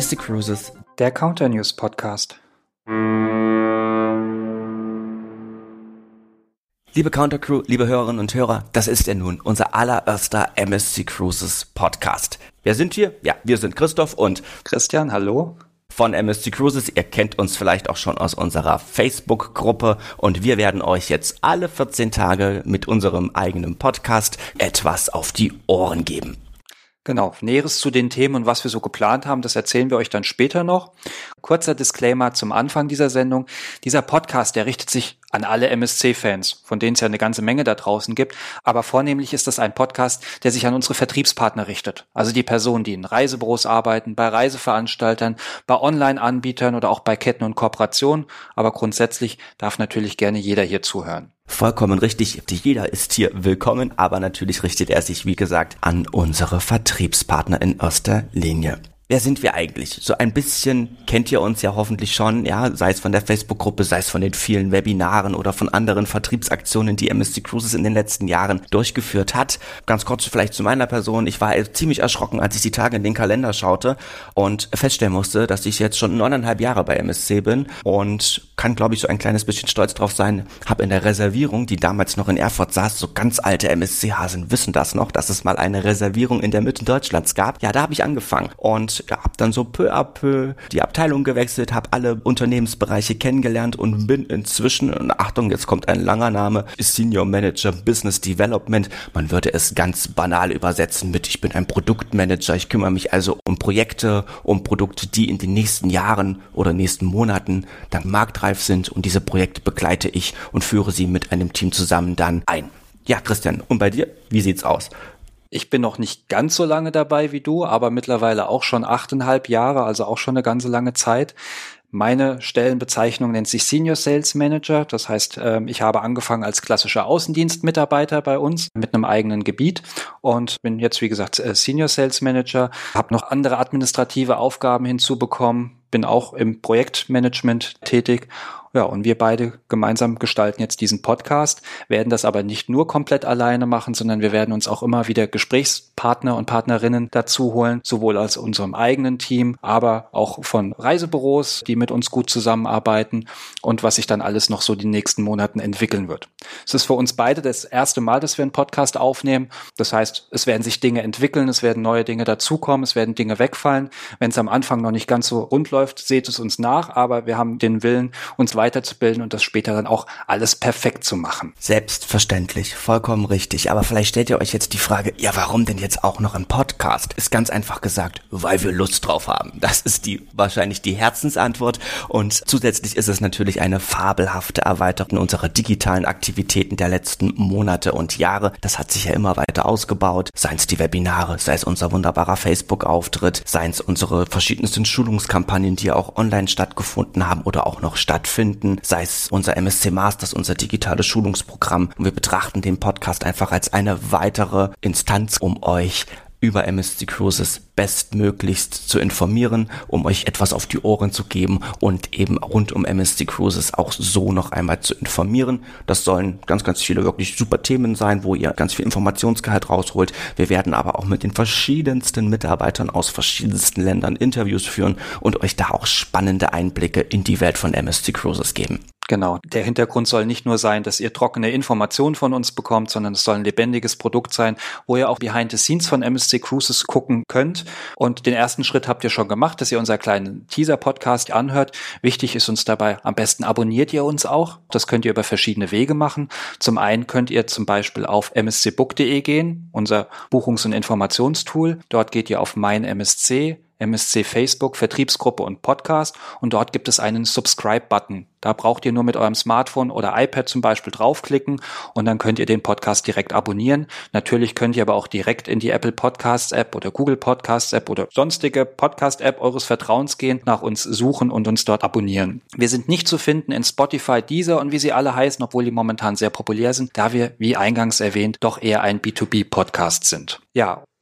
MSC Cruises, der Counter News Podcast. Liebe Counter Crew, liebe Hörerinnen und Hörer, das ist ja nun unser allererster MSC Cruises Podcast. Wer sind wir? Ja, wir sind Christoph und Christian, hallo. Von MSC Cruises. Ihr kennt uns vielleicht auch schon aus unserer Facebook-Gruppe und wir werden euch jetzt alle 14 Tage mit unserem eigenen Podcast etwas auf die Ohren geben. Genau, Näheres zu den Themen und was wir so geplant haben, das erzählen wir euch dann später noch. Kurzer Disclaimer zum Anfang dieser Sendung. Dieser Podcast, der richtet sich an alle MSC-Fans, von denen es ja eine ganze Menge da draußen gibt. Aber vornehmlich ist das ein Podcast, der sich an unsere Vertriebspartner richtet. Also die Personen, die in Reisebüros arbeiten, bei Reiseveranstaltern, bei Online-Anbietern oder auch bei Ketten und Kooperationen. Aber grundsätzlich darf natürlich gerne jeder hier zuhören. Vollkommen richtig, jeder ist hier willkommen, aber natürlich richtet er sich, wie gesagt, an unsere Vertriebspartner in erster Linie. Wer sind wir eigentlich? So ein bisschen kennt ihr uns ja hoffentlich schon, ja, sei es von der Facebook-Gruppe, sei es von den vielen Webinaren oder von anderen Vertriebsaktionen, die MSC Cruises in den letzten Jahren durchgeführt hat. Ganz kurz vielleicht zu meiner Person. Ich war ziemlich erschrocken, als ich die Tage in den Kalender schaute und feststellen musste, dass ich jetzt schon 9,5 Jahre bei MSC bin und kann, glaube ich, so ein kleines bisschen stolz drauf sein. Habe in der Reservierung, die damals noch in Erfurt saß, so ganz alte MSC-Hasen wissen das noch, dass es mal eine Reservierung in der Mitte Deutschlands gab. Ja, da habe ich angefangen und ja, habe dann so peu à peu die Abteilung gewechselt, habe alle Unternehmensbereiche kennengelernt und bin inzwischen, und Achtung, jetzt kommt ein langer Name, Senior Manager Business Development. Man würde es ganz banal übersetzen mit, ich bin ein Produktmanager. Ich kümmere mich also um Projekte, um Produkte, die in den nächsten Jahren oder nächsten Monaten dann marktreif sind und diese Projekte begleite ich und führe sie mit einem Team zusammen dann ein. Ja, Christian, und bei dir? Wie sieht's aus? Ich bin noch nicht ganz so lange dabei wie du, aber mittlerweile auch schon 8,5 Jahre, also auch schon eine ganze lange Zeit. Meine Stellenbezeichnung nennt sich Senior Sales Manager. Das heißt, ich habe angefangen als klassischer Außendienstmitarbeiter bei uns mit einem eigenen Gebiet und bin jetzt, wie gesagt, Senior Sales Manager. Habe noch andere administrative Aufgaben hinzubekommen, bin auch im Projektmanagement tätig. Ja, und wir beide gemeinsam gestalten jetzt diesen Podcast, werden das aber nicht nur komplett alleine machen, sondern wir werden uns auch immer wieder Gesprächspartner und Partnerinnen dazu holen, sowohl aus unserem eigenen Team, aber auch von Reisebüros, die mit uns gut zusammenarbeiten und was sich dann alles noch so die nächsten Monaten entwickeln wird. Es ist für uns beide das erste Mal, dass wir einen Podcast aufnehmen. Das heißt, es werden sich Dinge entwickeln, es werden neue Dinge dazukommen, es werden Dinge wegfallen. Wenn es am Anfang noch nicht ganz so rund läuft, seht es uns nach, aber wir haben den Willen, uns weiterzubilden und das später dann auch alles perfekt zu machen. Selbstverständlich, vollkommen richtig. Aber vielleicht stellt ihr euch jetzt die Frage, ja, warum denn jetzt auch noch ein Podcast? Ist ganz einfach gesagt, weil wir Lust drauf haben. Das ist wahrscheinlich die Herzensantwort und zusätzlich ist es natürlich eine fabelhafte Erweiterung unserer digitalen Aktivitäten der letzten Monate und Jahre. Das hat sich ja immer weiter ausgebaut, seien es die Webinare, sei es unser wunderbarer Facebook-Auftritt, seien es unsere verschiedensten Schulungskampagnen, die ja auch online stattgefunden haben oder auch noch stattfinden, sei es unser MSC Masters, unser digitales Schulungsprogramm. Und wir betrachten den Podcast einfach als eine weitere Instanz, um euch über MSC Cruises bestmöglichst zu informieren, um euch etwas auf die Ohren zu geben und eben rund um MSC Cruises auch so noch einmal zu informieren. Das sollen ganz, ganz viele wirklich super Themen sein, wo ihr ganz viel Informationsgehalt rausholt. Wir werden aber auch mit den verschiedensten Mitarbeitern aus verschiedensten Ländern Interviews führen und euch da auch spannende Einblicke in die Welt von MSC Cruises geben. Genau. Der Hintergrund soll nicht nur sein, dass ihr trockene Informationen von uns bekommt, sondern es soll ein lebendiges Produkt sein, wo ihr auch behind the scenes von MSC Cruises gucken könnt. Und den ersten Schritt habt ihr schon gemacht, dass ihr unseren kleinen Teaser-Podcast anhört. Wichtig ist uns dabei, am besten abonniert ihr uns auch. Das könnt ihr über verschiedene Wege machen. Zum einen könnt ihr zum Beispiel auf mscbook.de gehen, unser Buchungs- und Informationstool. Dort geht ihr auf Mein MSC, MSC Facebook, Vertriebsgruppe und Podcast und dort gibt es einen Subscribe-Button. Da braucht ihr nur mit eurem Smartphone oder iPad zum Beispiel draufklicken und dann könnt ihr den Podcast direkt abonnieren. Natürlich könnt ihr aber auch direkt in die Apple Podcasts App oder Google Podcasts App oder sonstige Podcast App eures Vertrauens gehen, nach uns suchen und uns dort abonnieren. Wir sind nicht zu finden in Spotify, Deezer und wie sie alle heißen, obwohl die momentan sehr populär sind, da wir, wie eingangs erwähnt, doch eher ein B2B-Podcast sind. Ja,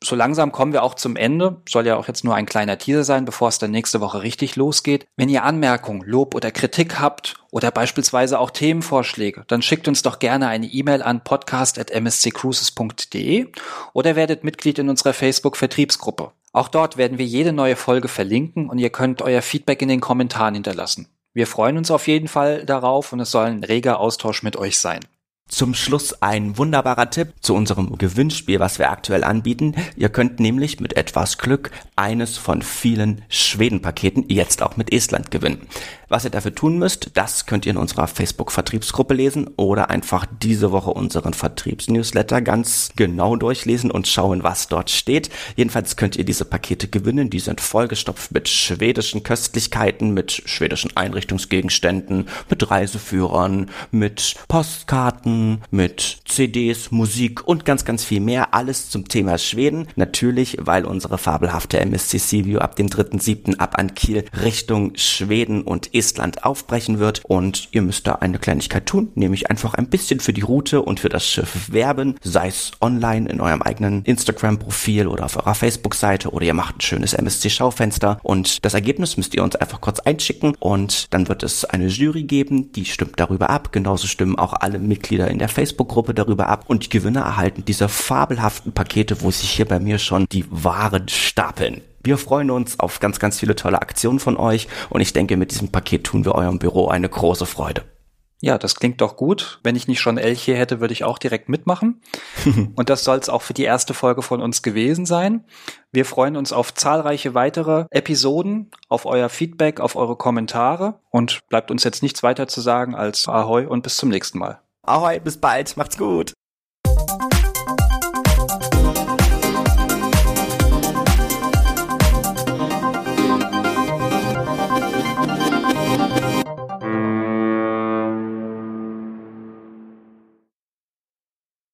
so langsam kommen wir auch zum Ende. Soll ja auch jetzt nur ein kleiner Teaser sein, bevor es dann nächste Woche richtig losgeht. Wenn ihr Anmerkungen, Lob oder Kritik habt oder beispielsweise auch Themenvorschläge, dann schickt uns doch gerne eine E-Mail an podcast@msccruises.de oder werdet Mitglied in unserer Facebook-Vertriebsgruppe. Auch dort werden wir jede neue Folge verlinken und ihr könnt euer Feedback in den Kommentaren hinterlassen. Wir freuen uns auf jeden Fall darauf und es soll ein reger Austausch mit euch sein. Zum Schluss ein wunderbarer Tipp zu unserem Gewinnspiel, was wir aktuell anbieten. Ihr könnt nämlich mit etwas Glück eines von vielen Schweden-Paketen jetzt auch mit Estland gewinnen. Was ihr dafür tun müsst, das könnt ihr in unserer Facebook-Vertriebsgruppe lesen oder einfach diese Woche unseren Vertriebsnewsletter ganz genau durchlesen und schauen, was dort steht. Jedenfalls könnt ihr diese Pakete gewinnen. Die sind vollgestopft mit schwedischen Köstlichkeiten, mit schwedischen Einrichtungsgegenständen, mit Reiseführern, mit Postkarten, mit CDs, Musik und ganz, ganz viel mehr. Alles zum Thema Schweden. Natürlich, weil unsere fabelhafte MSC Seaview ab dem 3.7. ab an Kiel Richtung Schweden und Estland aufbrechen wird. Und ihr müsst da eine Kleinigkeit tun, nämlich einfach ein bisschen für die Route und für das Schiff werben, sei es online in eurem eigenen Instagram-Profil oder auf eurer Facebook-Seite oder ihr macht ein schönes MSC-Schaufenster und das Ergebnis müsst ihr uns einfach kurz einschicken und dann wird es eine Jury geben, die stimmt darüber ab. Genauso stimmen auch alle Mitglieder in der Facebook-Gruppe darüber ab und die Gewinner erhalten diese fabelhaften Pakete, wo sich hier bei mir schon die Waren stapeln. Wir freuen uns auf ganz, ganz viele tolle Aktionen von euch und ich denke, mit diesem Paket tun wir eurem Büro eine große Freude. Ja, das klingt doch gut. Wenn ich nicht schon Elch hier hätte, würde ich auch direkt mitmachen. Und das soll es auch für die erste Folge von uns gewesen sein. Wir freuen uns auf zahlreiche weitere Episoden, auf euer Feedback, auf eure Kommentare und bleibt uns jetzt nichts weiter zu sagen als Ahoi und bis zum nächsten Mal. Ahoi, bis bald, macht's gut.